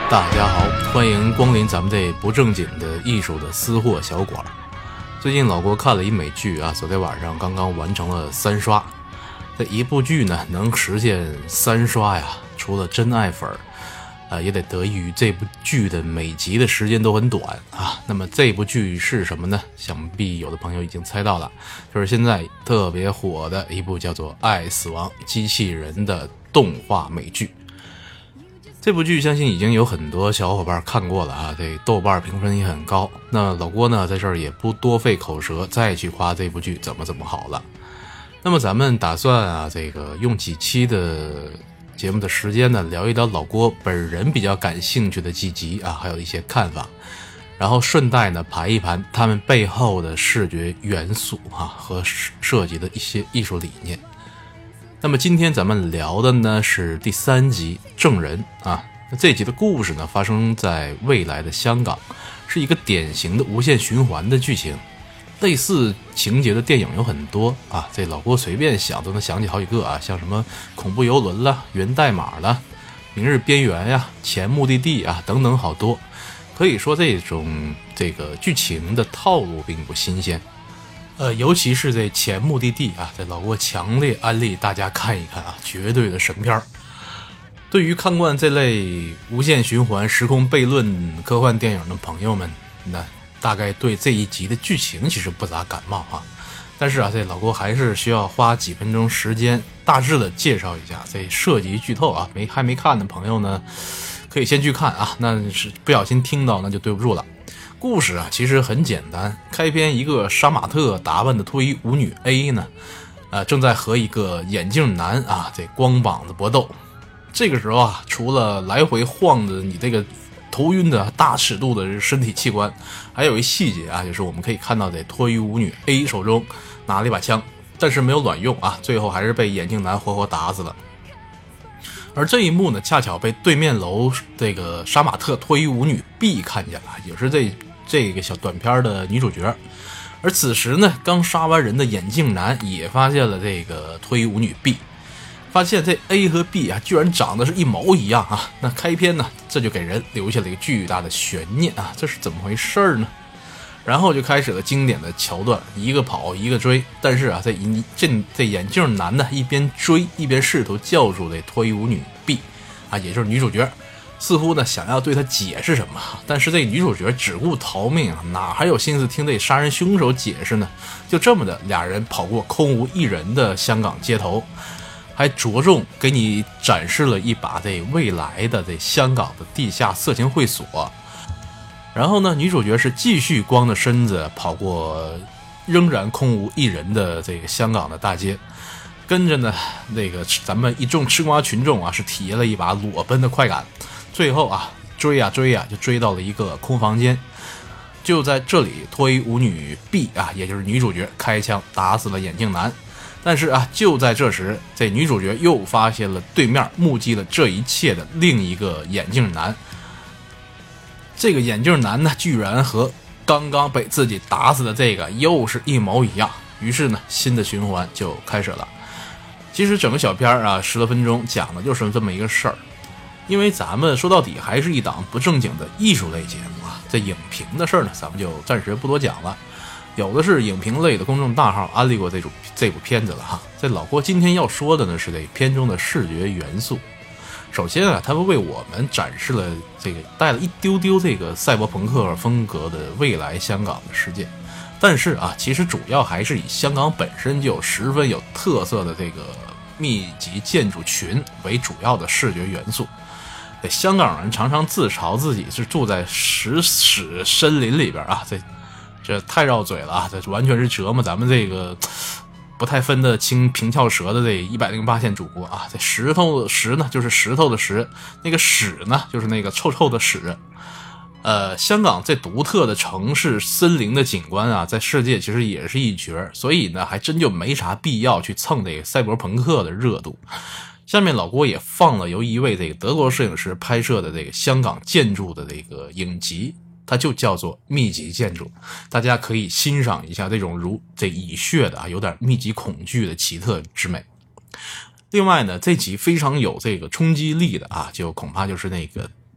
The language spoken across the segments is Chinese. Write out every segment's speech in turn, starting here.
大家好，欢迎光临咱们这不正经的艺术的私货小馆。最近老郭看了一美剧啊，昨天晚上刚刚完成了3刷。这一部剧呢能实现3刷呀，除了真爱粉也得得益于这部剧的每集的时间都很短啊。那么这部剧是什么呢？想必有的朋友已经猜到了，就是现在特别火的一部叫做《爱死亡机器人》的动画美剧。这部剧相信已经有很多小伙伴看过了啊，这豆瓣评分也很高。那老郭呢在这儿也不多费口舌再去夸这部剧怎么好了。那么咱们打算啊，这个用几期的节目的时间呢，聊一聊老郭本人比较感兴趣的几集啊，还有一些看法，然后顺带呢盘一盘他们背后的视觉元素啊和设计的一些艺术理念。那么今天咱们聊的呢是第3集证人啊。那这集的故事呢发生在未来的香港，是一个典型的无限循环的剧情。类似情节的电影有很多啊，这老郭随便想都能想起好几个啊，像什么恐怖游轮啦、源代码啦、明日边缘呀、前目的地啊等等好多。可以说这个剧情的套路并不新鲜。尤其是这前目的地啊，这老郭强烈安利大家看一看啊，绝对的神片。对于看惯这类无限循环、时空悖论科幻电影的朋友们，那大概对这一集的剧情其实不咋感冒啊。但是啊，这老郭还是需要花几分钟时间，大致的介绍一下。这涉及剧透啊，还没看的朋友呢，可以先去看啊。那是不小心听到那就对不住了。故事啊其实很简单，开篇一个杀马特打扮的脱衣舞女 A 呢，正在和一个眼镜男啊这光膀子搏斗。这个时候啊，除了来回晃着你这个头晕的大尺度的身体器官，还有一细节啊，就是我们可以看到这脱衣舞女 A 手中拿了一把枪，但是没有卵用啊，最后还是被眼镜男活活打死了。而这一幕呢，恰巧被对面楼这个杀马特脱衣舞女 B 看见了，也是这个小短片的女主角。而此时呢，刚杀完人的眼镜男也发现了这个脱衣舞女 B， 发现这 A 和 B 啊居然长得是一毛一样啊。那开篇呢，这就给人留下了一个巨大的悬念啊，这是怎么回事呢？然后就开始了经典的桥段，一个跑一个追。但是啊，这眼镜男呢一边追一边试图叫住这脱衣舞女 B 啊，也就是女主角，似乎呢想要对她解释什么。但是这女主角只顾逃命啊，哪还有心思听这杀人凶手解释呢？就这么的，俩人跑过空无一人的香港街头，还着重给你展示了一把这未来的这香港的地下色情会所。然后呢，女主角是继续光着身子跑过仍然空无一人的这个香港的大街，跟着呢那个咱们一众吃瓜群众啊是体验了一把裸奔的快感。最后啊追啊就追到了一个空房间。就在这里，脱衣舞女 B 啊，也就是女主角开枪打死了眼镜男。但是啊，就在这时，这女主角又发现了对面目击了这一切的另一个眼镜男。这个眼镜男呢，居然和刚刚被自己打死的这个又是一模一样。于是呢，新的循环就开始了。其实整个小片啊，10多分钟讲的就是这么一个事儿。因为咱们说到底还是一档不正经的艺术类节目啊，这影评的事儿呢，咱们就暂时不多讲了。有的是影评类的公众大号安利过这部片子了哈。这老郭今天要说的呢是这片中的视觉元素。首先啊，他们为我们展示了这个带了一丢丢这个赛博朋克风格的未来香港的世界。但是啊，其实主要还是以香港本身就十分有特色的这个密集建筑群为主要的视觉元素。香港人常常自嘲自己是住在石屎森林里边啊，这太绕嘴了啊，这完全是折磨咱们这个不太分得清平翘舌的这108线主播啊。这石头石呢就是石头的石，那个屎呢就是那个臭臭的屎。香港这独特的城市森林的景观啊，在世界其实也是一绝，所以呢还真就没啥必要去蹭这个赛博朋克的热度。下面老郭也放了由一位这个德国摄影师拍摄的这个香港建筑的这个影集，它就叫做密集建筑，大家可以欣赏一下这种如这蚁穴的啊，有点密集恐惧的奇特之美。另外呢，这集非常有这个冲击力的啊，就恐怕就是那个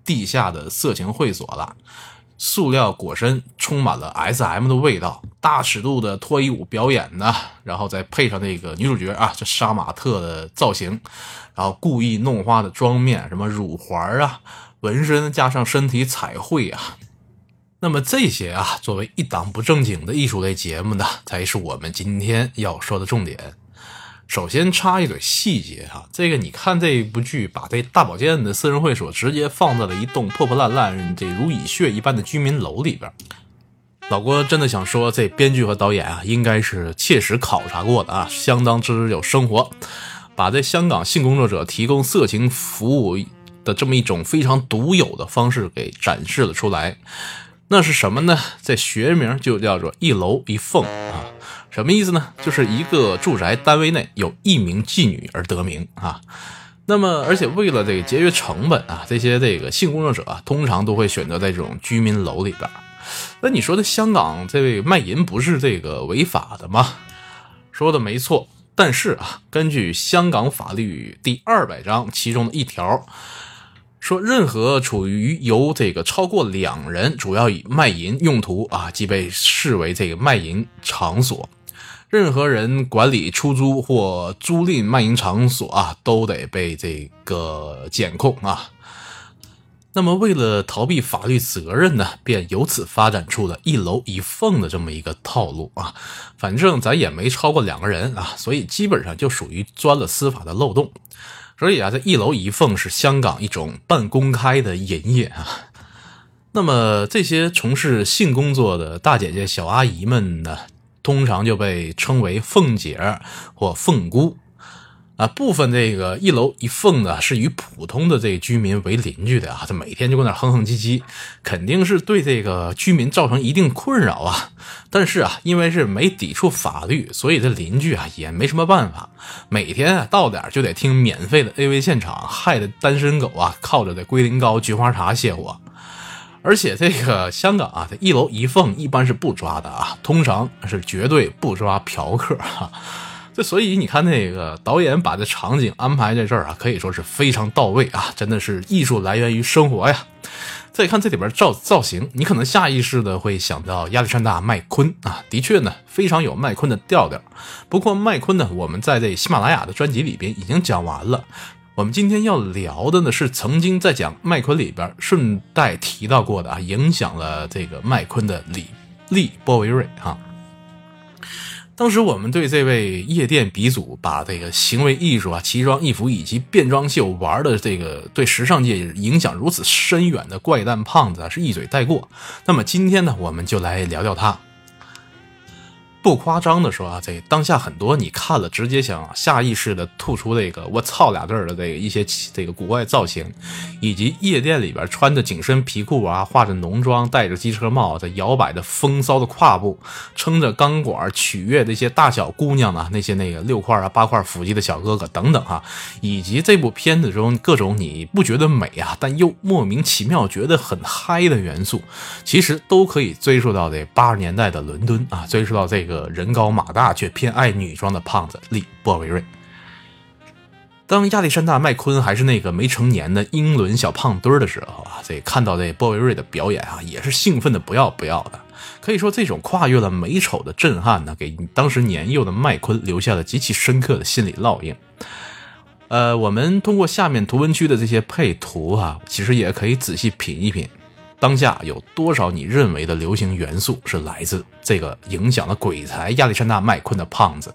地下的色情会所了。塑料裹身充满了 SM 的味道，大尺度的脱衣舞表演呢，然后再配上那个女主角啊，这杀马特的造型，然后故意弄花的妆面，什么乳环啊、纹身加上身体彩绘啊。那么这些啊，作为一档不正经的艺术类节目呢，才是我们今天要说的重点。首先插一嘴细节啊，这个你看这部剧把这大保健的私人会所直接放在了一栋破破烂烂这如蚁穴一般的居民楼里边。老郭真的想说，这编剧和导演啊，应该是切实考察过的啊，相当之有生活，把这香港性工作者提供色情服务的这么一种非常独有的方式给展示了出来。那是什么呢？这学名就叫做一楼一凤啊。什么意思呢？就是一个住宅单位内有一名妓女而得名啊。那么而且为了这个节约成本啊，这些这个性工作者啊，通常都会选择在这种居民楼里边。那你说的香港这位卖淫不是这个违法的吗？说的没错，但是啊，根据香港法律第200章其中的一条，说任何处于由这个超过2人主要以卖淫用途啊，即被视为这个卖淫场所。任何人管理、出租或租赁卖淫场所啊，都得被这个检控啊。那么为了逃避法律责任呢，便由此发展出了一楼一凤的这么一个套路啊。反正咱也没超过2个人啊，所以基本上就属于钻了司法的漏洞。所以啊，这一楼一凤是香港一种半公开的营业啊。那么这些从事性工作的大姐姐、小阿姨们呢，通常就被称为凤姐或凤姑啊。部分这个一楼一凤呢，是与普通的这个居民为邻居的啊，这每天就跟那哼哼唧唧，肯定是对这个居民造成一定困扰啊。但是啊，因为是没抵触法律，所以这邻居啊也没什么办法，每天啊到点就得听免费的 AV 现场，害得单身狗啊靠着这龟苓膏、菊花茶泄火。而且这个香港啊，这一楼一凤一般是不抓的啊，通常是绝对不抓嫖客啊。这所以你看那个导演把这场景安排在这儿啊，可以说是非常到位啊，真的是艺术来源于生活呀。再看这里边造型，你可能下意识的会想到亚历山大麦昆啊，的确呢非常有麦昆的调调。不过麦昆呢，我们在这喜马拉雅的专辑里边已经讲完了。我们今天要聊的呢，是曾经在讲麦昆里边顺带提到过的啊，影响了这个麦昆的利波维瑞啊。当时我们对这位夜店鼻祖把这个行为艺术啊、奇装异服以及变装秀玩的这个对时尚界影响如此深远的怪诞胖子啊，是一嘴带过。那么今天呢，我们就来聊聊他。不夸张的说啊，这当下很多你看了直接想下意识的吐出这个我操俩字的这个一些这个古怪造型，以及夜店里边穿着紧身皮裤啊，化着浓妆，戴着机车帽，在摇摆的风骚的胯部，撑着钢管取悦的一些大小姑娘啊，那些那个6块啊8块腹肌的小哥哥等等啊，以及这部片子中各种你不觉得美啊，但又莫名其妙觉得很嗨的元素，其实都可以追溯到这80年代的伦敦啊，追溯到这个人高马大却偏爱女装的胖子利波维瑞。当亚历山大麦昆还是那个没成年的英伦小胖墩的时候啊，这看到这波维瑞的表演啊，也是兴奋的不要不要的。可以说这种跨越了美丑的震撼呢，给当时年幼的麦昆留下了极其深刻的心理烙印。我们通过下面图文区的这些配图啊，其实也可以仔细品一品，当下有多少你认为的流行元素是来自这个影响了鬼才亚历山大麦昆的胖子。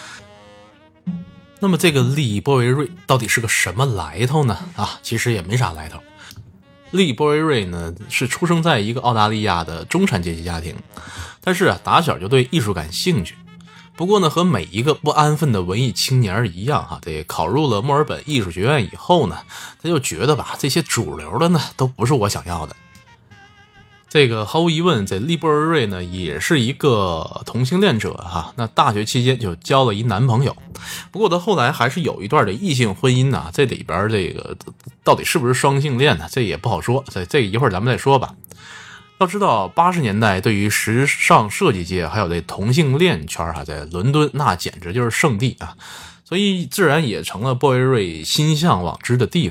那么这个利波维瑞到底是个什么来头呢？啊，其实也没啥来头。利波维瑞呢，是出生在一个澳大利亚的中产阶级家庭，但是啊，打小就对艺术感兴趣。不过呢，和每一个不安分的文艺青年一样哈，这考入了墨尔本艺术学院以后呢，他就觉得吧，这些主流的呢，都不是我想要的。这个毫无疑问，这利波维瑞呢也是一个同性恋者哈。那大学期间就交了一男朋友，不过他后来还是有一段的异性婚姻呢。这里边这个到底是不是双性恋呢？这也不好说，这一会儿咱们再说吧。要知道80年代对于时尚设计界还有这同性恋圈啊，在伦敦那简直就是圣地啊，所以自然也成了波维瑞心向往之的地方。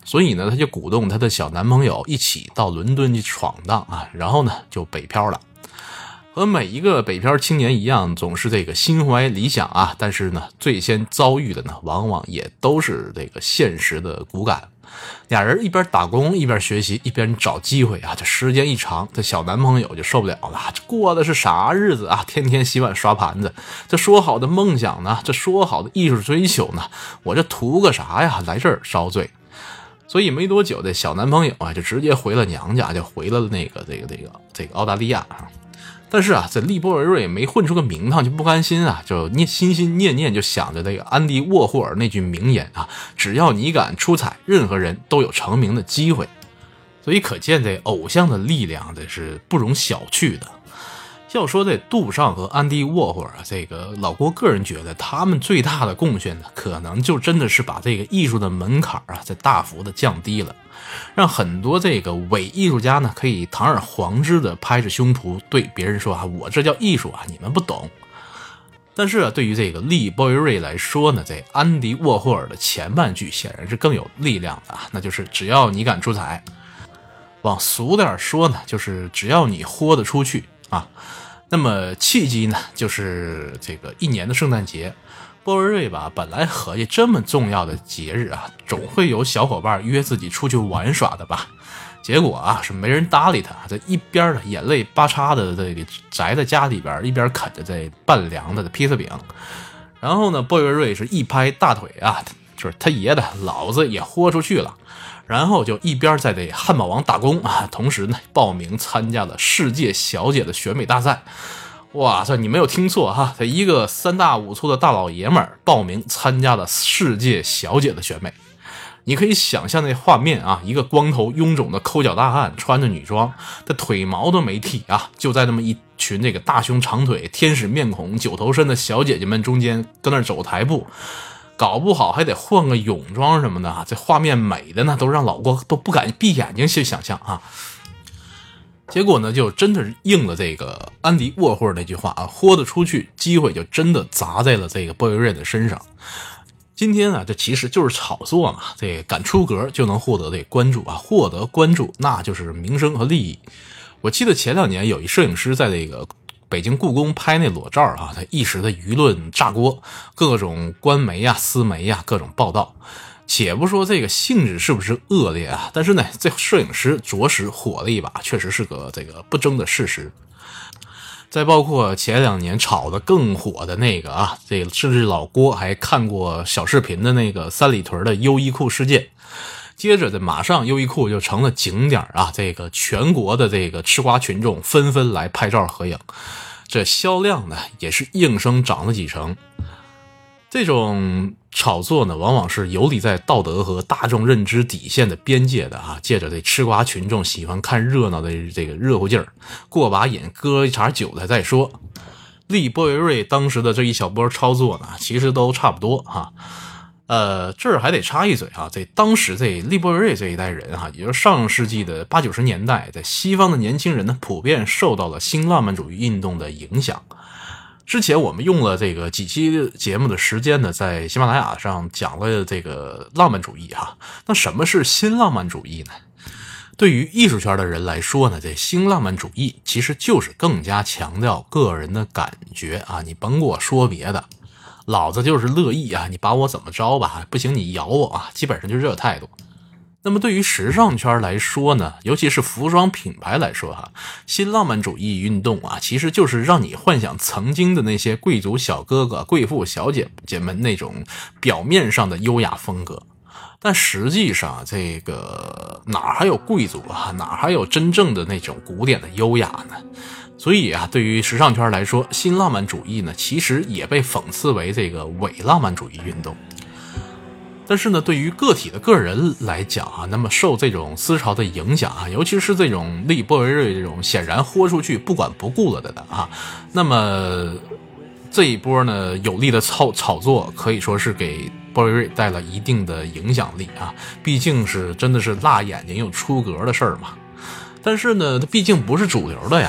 所以呢，她就鼓动她的小男朋友一起到伦敦去闯荡啊，然后呢就北漂了。和每一个北漂青年一样，总是这个心怀理想啊，但是呢，最先遭遇的呢，往往也都是这个现实的骨感。俩人一边打工一边学习一边找机会啊，这时间一长，这小男朋友就受不了了，这过的是啥日子啊？天天洗碗刷盘子，这说好的梦想呢？这说好的艺术追求呢？我这图个啥呀？来这儿遭罪。所以没多久，这小男朋友啊就直接回了娘家，就回了这个澳大利亚啊。但是啊，这利波维瑞没混出个名堂就不甘心啊，就心心念念就想着这个安迪沃霍尔那句名言啊，只要你敢出彩，任何人都有成名的机会。所以可见这偶像的力量这是不容小觑的。要说这杜尚和安迪沃霍尔，这个老郭个人觉得他们最大的贡献呢，可能就真的是把这个艺术的门槛啊，在大幅的降低了，让很多这个伪艺术家呢，可以堂而皇之的拍着胸脯对别人说啊，我这叫艺术啊，你们不懂。但是啊，对于这个利波维瑞来说呢，这安迪沃霍尔的前半句显然是更有力量的啊，那就是只要你敢出彩。往俗点说呢，就是只要你豁得出去啊。那么契机呢，就是这个一年的圣诞节，波维瑞吧，本来合计这么重要的节日啊，总会有小伙伴约自己出去玩耍的吧。结果啊，是没人搭理他，这一边的眼泪巴叉的这个宅在家里边，一边啃着这半凉的披萨饼。然后呢，波维瑞是一拍大腿啊，就是他爷的，老子也豁出去了。然后就一边在这汉堡王打工啊，同时呢报名参加了世界小姐的选美大赛。哇塞，你没有听错哈，他一个3大5粗的大老爷们儿报名参加了世界小姐的选美。你可以想象那画面啊，一个光头臃肿的抠脚大汉穿着女装，这腿毛都没剃啊，就在那么一群这个大胸长腿天使面孔九头身的小姐姐们中间跟那走台步，搞不好还得换个泳装什么的，这画面美的呢，都让老郭都不敢闭眼睛去想象啊。结果呢，就真的应了这个安迪沃霍尔那句话啊，豁得出去，机会就真的砸在了这个波维瑞的身上。今天啊，这其实就是炒作嘛，这敢出格就能获得这关注啊，获得关注那就是名声和利益。我记得前2年有一摄影师在这个北京故宫拍那裸照啊，他一时的舆论炸锅，各种官媒啊、私媒啊各种报道。且不说这个性质是不是恶劣啊，但是呢，这摄影师着实火了一把，确实是个这个不争的事实。再包括前2年炒得更火的那个啊，这个甚至老郭还看过小视频的那个三里屯的优衣库事件。接着的马上优衣库就成了景点啊，这个全国的这个吃瓜群众纷纷来拍照合影，这销量呢也是应声涨了几成。这种炒作呢，往往是游离在道德和大众认知底线的边界的啊，借着这吃瓜群众喜欢看热闹的这个热乎劲儿，过把瘾割一茬韭菜再说。利波维瑞当时的这一小波操作呢，其实都差不多哈。这儿还得插一嘴啊，这当时这利波维瑞这一代人哈，也就是上世纪的80、90年代，在西方的年轻人呢，普遍受到了新浪漫主义运动的影响。之前我们用了这个几期节目的时间呢，在喜马拉雅上讲了这个浪漫主义哈。那什么是新浪漫主义呢？对于艺术圈的人来说呢，这新浪漫主义其实就是更加强调个人的感觉啊，你甭给我说别的，老子就是乐意啊，你把我怎么着吧，不行你咬我啊，基本上就是这个态度。那么对于时尚圈来说呢，尤其是服装品牌来说哈，新浪漫主义运动啊，其实就是让你幻想曾经的那些贵族小哥哥、贵妇小姐姐们那种表面上的优雅风格，但实际上这个哪还有贵族啊，哪还有真正的那种古典的优雅呢？所以啊，对于时尚圈来说，新浪漫主义呢，其实也被讽刺为这个伪浪漫主义运动。但是呢，对于个体的个人来讲啊，那么受这种思潮的影响啊，尤其是这种利波维瑞这种显然豁出去不管不顾了的啊，那么这一波呢有力的炒作可以说是给波维瑞带来一定的影响力啊，毕竟是真的是辣眼睛又出格的事儿嘛。但是呢，它毕竟不是主流的呀。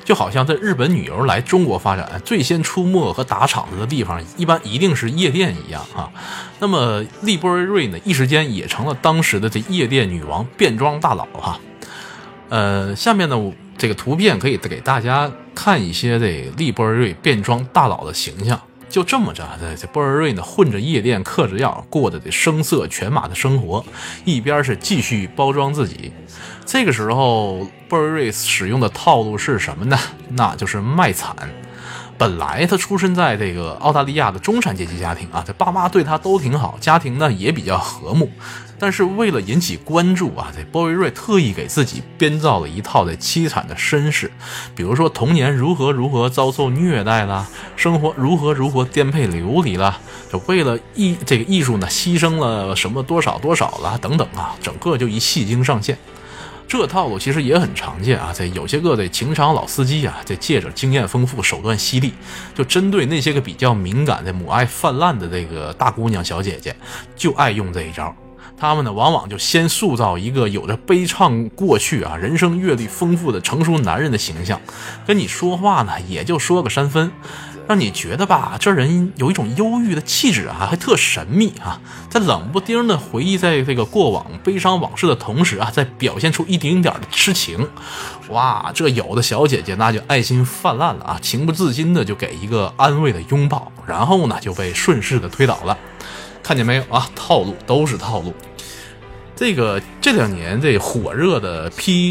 就好像在日本女游来中国发展，最先出没和打场子的地方一定是夜店一样啊。那么利波瑞呢，一时间也成了当时的这夜店女王、变装大佬哈。下面呢这个图片可以给大家看一些这利波瑞变装大佬的形象。就这么着，这波尔瑞呢混着夜店嗑着药，过着这声色犬马的生活，一边是继续包装自己。这个时候，波尔瑞使用的套路是什么呢？那就是卖惨。本来他出身在这个澳大利亚的中产阶级家庭啊，这爸妈对他都挺好，家庭呢也比较和睦。但是为了引起关注啊，这波维瑞特意给自己编造了一套的凄惨的身世，比如说童年如何遭受虐待啦，生活如何颠沛流离啦，就为了这个艺术呢牺牲了什么多少啦等等啊，整个就一戏精上线。这套路其实也很常见啊，这有些个这情场老司机啊，这借着经验丰富、手段犀利，就针对那些个比较敏感的母爱泛滥的这个大姑娘小姐姐，就爱用这一招。他们呢，往往就先塑造一个有着悲怆过去啊、人生阅历丰富的成熟男人的形象，跟你说话呢，也就说个3分，让你觉得吧，这人有一种忧郁的气质啊，还特神秘啊。在冷不丁的回忆在这个过往悲伤往事的同时啊，再表现出一丁点的痴情，哇，这有的小姐姐那就爱心泛滥了啊，情不自禁的就给一个安慰的拥抱，然后呢就被顺势的推倒了。看见没有啊？套路都是套路。这2年这火热的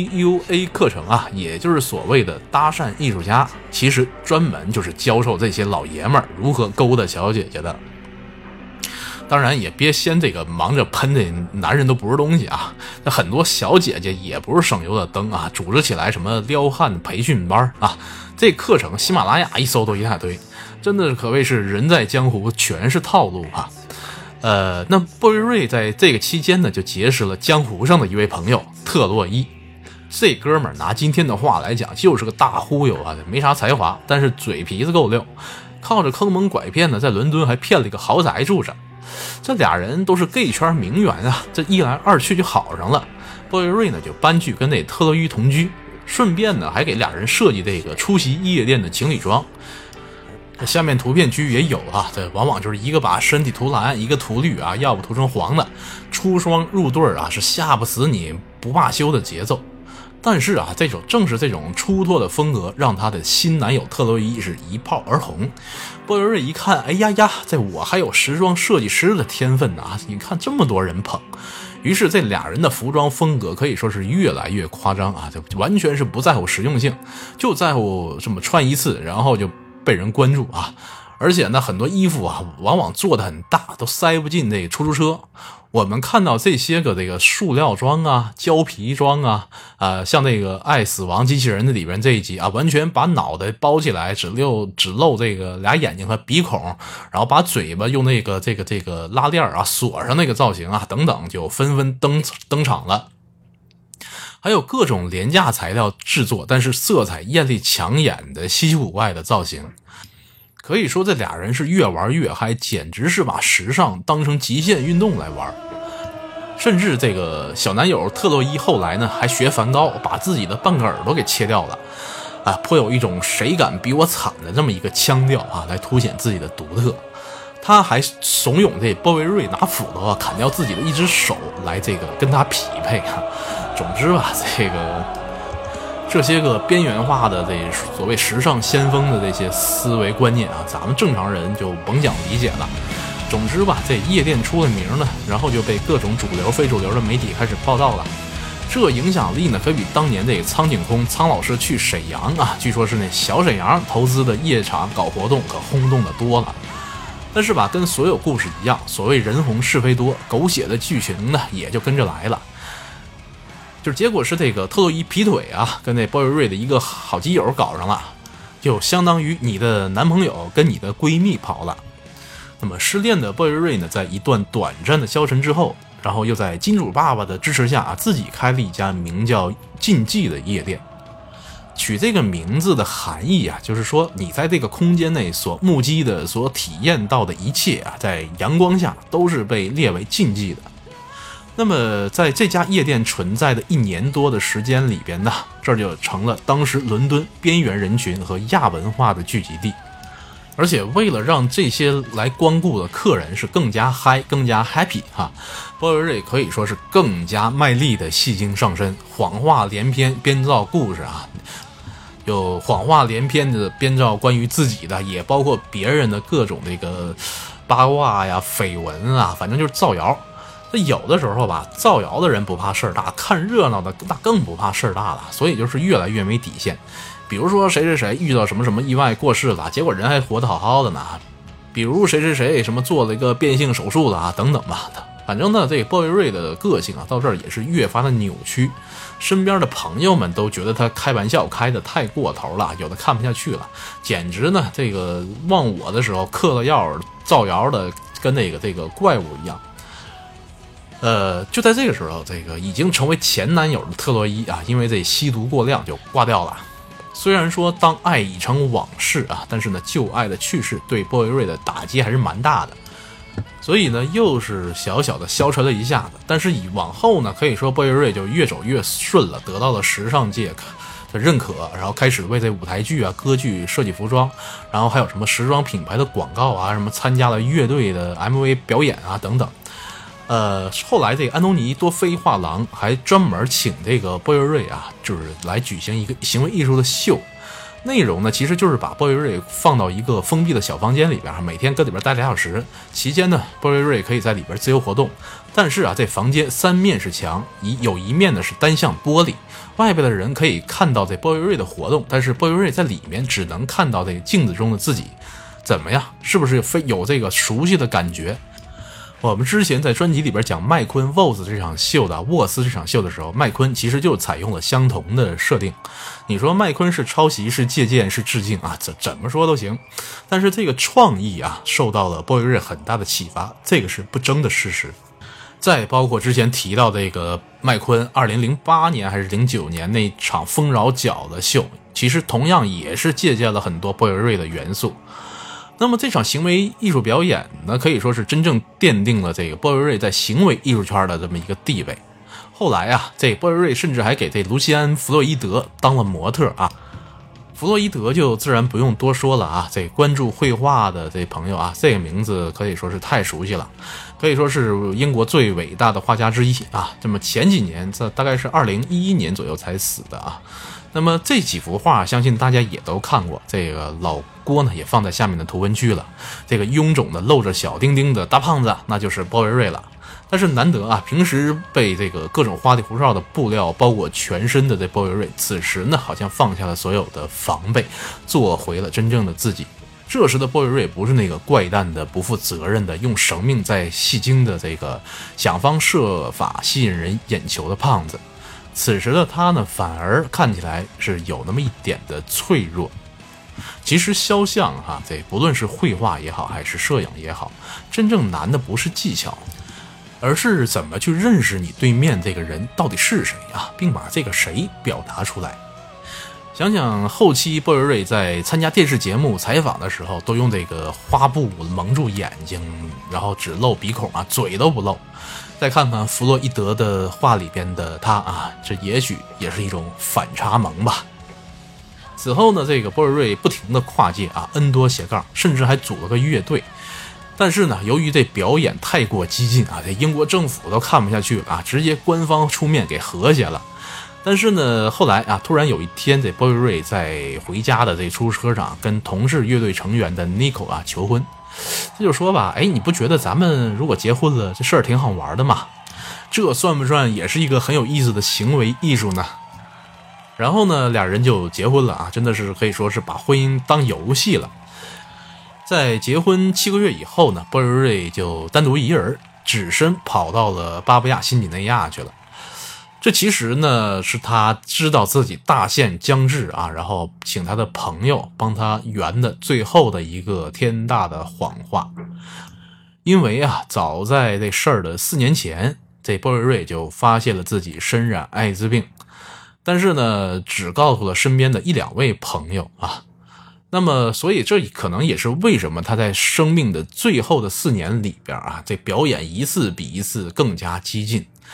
PUA 课程啊，也就是所谓的搭讪艺术家，其实专门就是教授这些老爷们儿如何勾搭小姐姐的。当然也别嫌这个忙着喷的男人都不是东西啊，那很多小姐姐也不是省油的灯啊，组织起来什么撩汉培训班啊，这课程喜马拉雅一搜都一大堆，真的可谓是人在江湖全是套路啊。那波瑞瑞在这个期间呢，就结识了江湖上的一位朋友特洛伊。这哥们儿拿今天的话来讲，就是个大忽悠啊，没啥才华，但是嘴皮子够溜，靠着坑蒙拐骗呢，在伦敦还骗了一个豪宅住着。这俩人都是 gay 圈名媛啊，这一来二去就好上了。波瑞瑞呢就搬去跟那特洛伊同居，顺便呢还给俩人设计这个出席夜店的情侣装。下面图片区也有啊，这往往就是一个把身体涂蓝，一个涂绿啊，要不涂成黄的，出双入对啊，是吓不死你不罢休的节奏。但是啊，正是这种出脱的风格，让他的新男友特洛伊是一炮而红。波瑞瑞一看，哎呀呀，我还有时装设计师的天分啊！你看这么多人捧，于是这俩人的服装风格可以说是越来越夸张啊，就完全是不在乎实用性，就在乎这么穿一次，然后就被人关注啊。而且呢，很多衣服啊，往往做的很大，都塞不进那个出租车。我们看到这些个这个塑料装啊、胶皮装啊，像那个《爱死亡机器人》的里边这一集啊，完全把脑袋包起来，只露这个俩眼睛和鼻孔，然后把嘴巴用那个这个拉链啊锁上那个造型啊，等等，就纷纷登场了。还有各种廉价材料制作，但是色彩艳丽抢眼的稀奇古怪的造型。可以说这俩人是越玩越嗨，简直是把时尚当成极限运动来玩。甚至这个小男友特洛伊后来呢还学梵高，把自己的半个耳朵给切掉了啊，颇有一种谁敢比我惨的这么一个腔调啊，来凸显自己的独特。他还怂恿这波维瑞拿斧头啊砍掉自己的一只手来这个跟他匹配啊。总之吧，这些个边缘化的这所谓时尚先锋的这些思维观念啊，咱们正常人就甭讲理解了。总之吧，这夜店出了名呢，然后就被各种主流非主流的媒体开始报道了。这影响力呢，可比当年这个苍井空苍老师去沈阳啊，据说是那小沈阳投资的夜场搞活动可轰动的多了。但是吧，跟所有故事一样，所谓人红是非多，狗血的剧情呢也就跟着来了。就是结果是这个特洛伊劈腿啊，跟那波瑞瑞的一个好基友搞上了，就相当于你的男朋友跟你的闺蜜跑了。那么失恋的波瑞瑞呢，在一段短暂的消沉之后，然后又在金主爸爸的支持下啊，自己开了一家名叫禁忌的夜店。取这个名字的含义啊，就是说你在这个空间内所目击的、所体验到的一切啊，在阳光下都是被列为禁忌的。那么在这家夜店存在的1年多的时间里边呢， 这就成了当时伦敦边缘人群和亚文化的聚集地。而且为了让这些来光顾的客人是更加嗨、更加 happy 哈，Bowery可以说是更加卖力的戏精上身，谎话连篇编造故事啊，有谎话连篇的编造关于自己的，也包括别人的各种这个八卦呀、绯闻啊，反正就是造谣。这有的时候吧，造谣的人不怕事儿大，看热闹的那更不怕事儿大了，所以就是越来越没底线。比如说谁谁谁遇到什么什么意外过世了，结果人还活得好好的呢。比如谁谁谁什么做了一个变性手术了啊，等等吧。反正呢，这个Bowery的个性啊，到这儿也是越发的扭曲。身边的朋友们都觉得他开玩笑开得太过头了，有的看不下去了，简直呢，这个忘我的时候嗑了药造谣的，跟这个怪物一样。就在这个时候，这个已经成为前男友的特洛伊啊，因为这吸毒过量就挂掉了。虽然说当爱已成往事啊，但是呢，旧爱的去世对Bowery的打击还是蛮大的，所以呢，又是小小的消沉了一下子。但是往后呢，可以说Bowery就越走越顺了，得到了时尚界的认可，然后开始为这舞台剧啊、歌剧设计服装，然后还有什么时装品牌的广告啊，什么参加了乐队的 MV 表演啊等等。后来这个安东尼多菲画廊还专门请这个Bowery啊，就是来举行一个行为艺术的秀。内容呢，其实就是把Bowery放到一个封闭的小房间里边，每天搁里边待2小时。期间呢，Bowery可以在里边自由活动。但是啊，这房间3面是墙，有一面呢是单向玻璃，外边的人可以看到这Bowery的活动，但是Bowery在里面只能看到这个镜子中的自己。怎么样？是不是有这个熟悉的感觉？我们之前在专辑里边讲麦昆 Woz 这场秀的沃斯这场秀的时候，麦昆其实就采用了相同的设定。你说麦昆是抄袭、是借鉴、是致敬啊，怎么说都行。但是这个创意啊，受到了Bowery很大的启发，这个是不争的事实。再包括之前提到这个麦昆2008年还是09年那场丰饶角的秀，其实同样也是借鉴了很多Bowery的元素。那么这场行为艺术表演呢，可以说是真正奠定了这个Bowery在行为艺术圈的这么一个地位。后来啊，这Bowery甚至还给这卢西安·弗洛伊德当了模特啊。弗洛伊德就自然不用多说了啊，这关注绘画的这朋友啊，这个名字可以说是太熟悉了，可以说是英国最伟大的画家之一啊。这么前几年，这大概是2011年左右才死的啊。那么这几幅画相信大家也都看过，这个老郭呢也放在下面的图文区了。这个臃肿的露着小丁丁的大胖子，那就是Bowery了。但是难得啊，平时被这个各种花里胡哨的布料包裹全身的这Bowery，此时呢好像放下了所有的防备，做回了真正的自己。这时的Bowery不是那个怪诞的、不负责任的、用生命在戏精的这个想方设法吸引人眼球的胖子。此时的他呢，反而看起来是有那么一点的脆弱。其实肖像哈，这不论是绘画也好，还是摄影也好，真正难的不是技巧，而是怎么去认识你对面这个人到底是谁啊，并把这个谁表达出来。想想后期Bowery在参加电视节目采访的时候，都用这个花布蒙住眼睛，然后只露鼻孔啊，嘴都不露。再看看弗洛伊德的画里边的他啊，这也许也是一种反差萌吧。此后呢，这个Bowery不停的跨界啊，N 多斜杠，甚至还组了个乐队。但是呢，由于这表演太过激进啊，这英国政府都看不下去了啊，直接官方出面给和谐了。但是呢，后来啊，突然有一天，这Bowery在回家的这出租车上跟同是乐队成员的 Nico 啊求婚。他就说吧，你不觉得咱们如果结婚了，这事儿挺好玩的吗？这算不算也是一个很有意思的行为艺术呢？然后呢，俩人就结婚了啊，真的是可以说是把婚姻当游戏了。在结婚7个月以后呢，Bowery就单独一人只身跑到了巴布亚新几内亚去了。这其实呢是他知道自己大限将至啊，然后请他的朋友帮他圆的最后的一个天大的谎话。因为啊，早在这事儿的4年前，这Bowery就发现了自己身染艾滋病，但是呢只告诉了身边的1-2位朋友啊。那么所以这可能也是为什么他在生命的最后的4年里边啊，这表演一次比一次更加激进。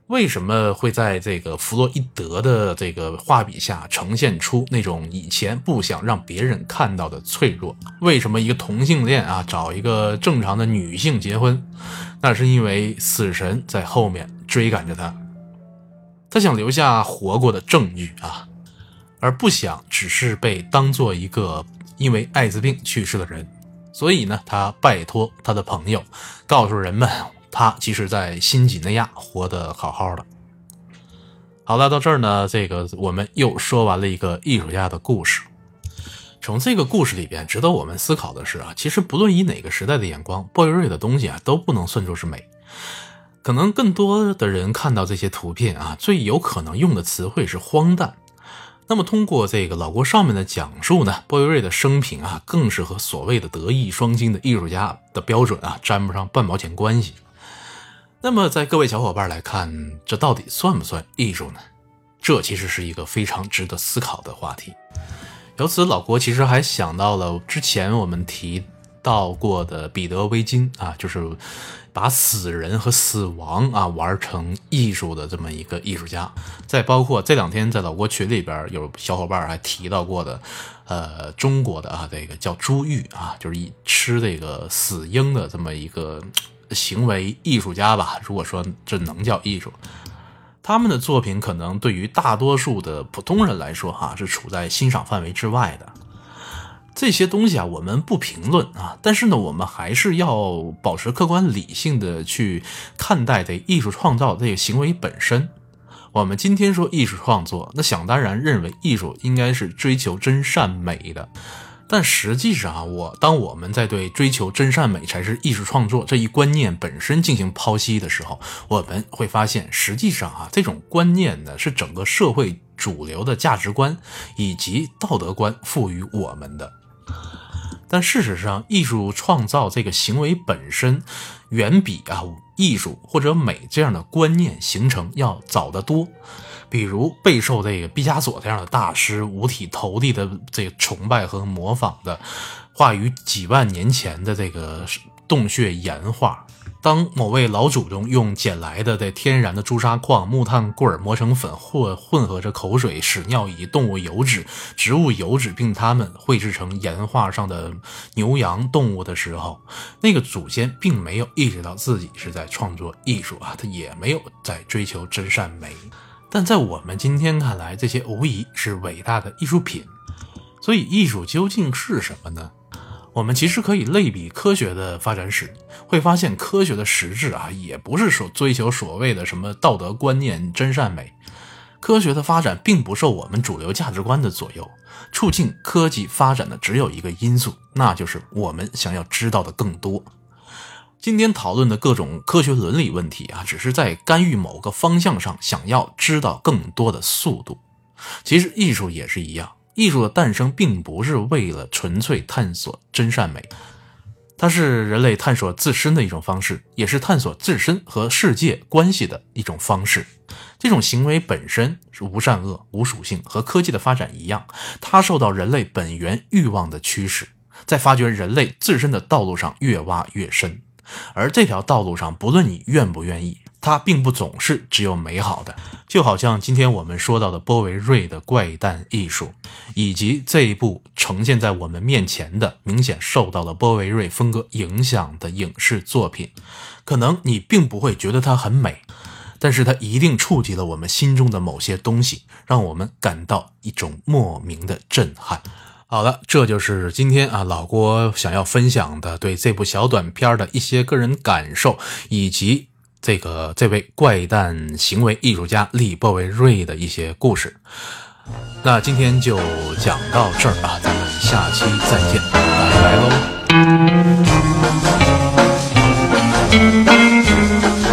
为什么会在这个弗洛伊德的这个画笔下呈现出那种以前不想让别人看到的脆弱？为什么一个同性恋啊找一个正常的女性结婚？那是因为死神在后面追赶着他，他想留下活过的证据啊，而不想只是被当做一个因为艾滋病去世的人。所以呢，他拜托他的朋友告诉人们，他其实在新几内亚活得好好的。好了，到这儿呢，我们又说完了一个艺术家的故事。从这个故事里边值得我们思考的是啊，其实不论以哪个时代的眼光，鲍伊瑞的东西啊都不能算作是美。可能更多的人看到这些图片啊，最有可能用的词汇是荒诞。那么通过这个老郭上面的讲述呢，鲍伊瑞的生平啊，更是和所谓的德艺双馨的艺术家的标准啊，沾不上半毛钱关系。那么在各位小伙伴来看，这到底算不算艺术呢？这其实是一个非常值得思考的话题。由此老郭其实还想到了之前我们提到过的彼得维金啊，就是把死人和死亡啊玩成艺术的这么一个艺术家。再包括这两天在老郭群里边有小伙伴还提到过的中国的啊这个叫朱玉啊，就是以吃这个死婴的这么一个行为艺术家吧，如果说这能叫艺术。他们的作品可能对于大多数的普通人来说是处在欣赏范围之外的。这些东西啊我们不评论啊，但是呢我们还是要保持客观理性的去看待这艺术创造这个行为本身。我们今天说艺术创作，那想当然认为艺术应该是追求真善美的。但实际上当我们在对追求真善美才是艺术创作这一观念本身进行剖析的时候，我们会发现实际上这种观念呢是整个社会主流的价值观以及道德观赋予我们的。但事实上艺术创造这个行为本身远比艺术或者美这样的观念形成要早得多。比如备受这个毕加索这样的大师五体投地的这个崇拜和模仿的画于几万年前的这个洞穴岩画，当某位老祖宗用捡来的天然的朱砂矿、木炭棍磨成粉，或混合着口水、屎尿以及动物油脂、植物油脂，并它们绘制成岩画上的牛羊动物的时候，那个祖先并没有意识到自己是在创作艺术他也没有在追求真善美。但在我们今天看来，这些无疑是伟大的艺术品。所以艺术究竟是什么呢？我们其实可以类比科学的发展史，会发现科学的实质也不是追求所谓的什么道德观念、真善美。科学的发展并不受我们主流价值观的左右，促进科技发展的只有一个因素，那就是我们想要知道的更多。今天讨论的各种科学伦理问题只是在干预某个方向上想要知道更多的速度。其实艺术也是一样，艺术的诞生并不是为了纯粹探索真善美，它是人类探索自身的一种方式，也是探索自身和世界关系的一种方式。这种行为本身是无善恶、无属性，和科技的发展一样，它受到人类本源欲望的驱使，在发掘人类自身的道路上越挖越深。而这条道路上，不论你愿不愿意，它并不总是只有美好的。就好像今天我们说到的波维瑞的怪诞艺术，以及这一部呈现在我们面前的明显受到了波维瑞风格影响的影视作品，可能你并不会觉得它很美，但是它一定触及了我们心中的某些东西，让我们感到一种莫名的震撼。好了，这就是今天老郭想要分享的对这部小短片的一些个人感受，以及这位怪诞行为艺术家利波维瑞的一些故事。那今天就讲到这儿咱们下期再见，拜拜喽。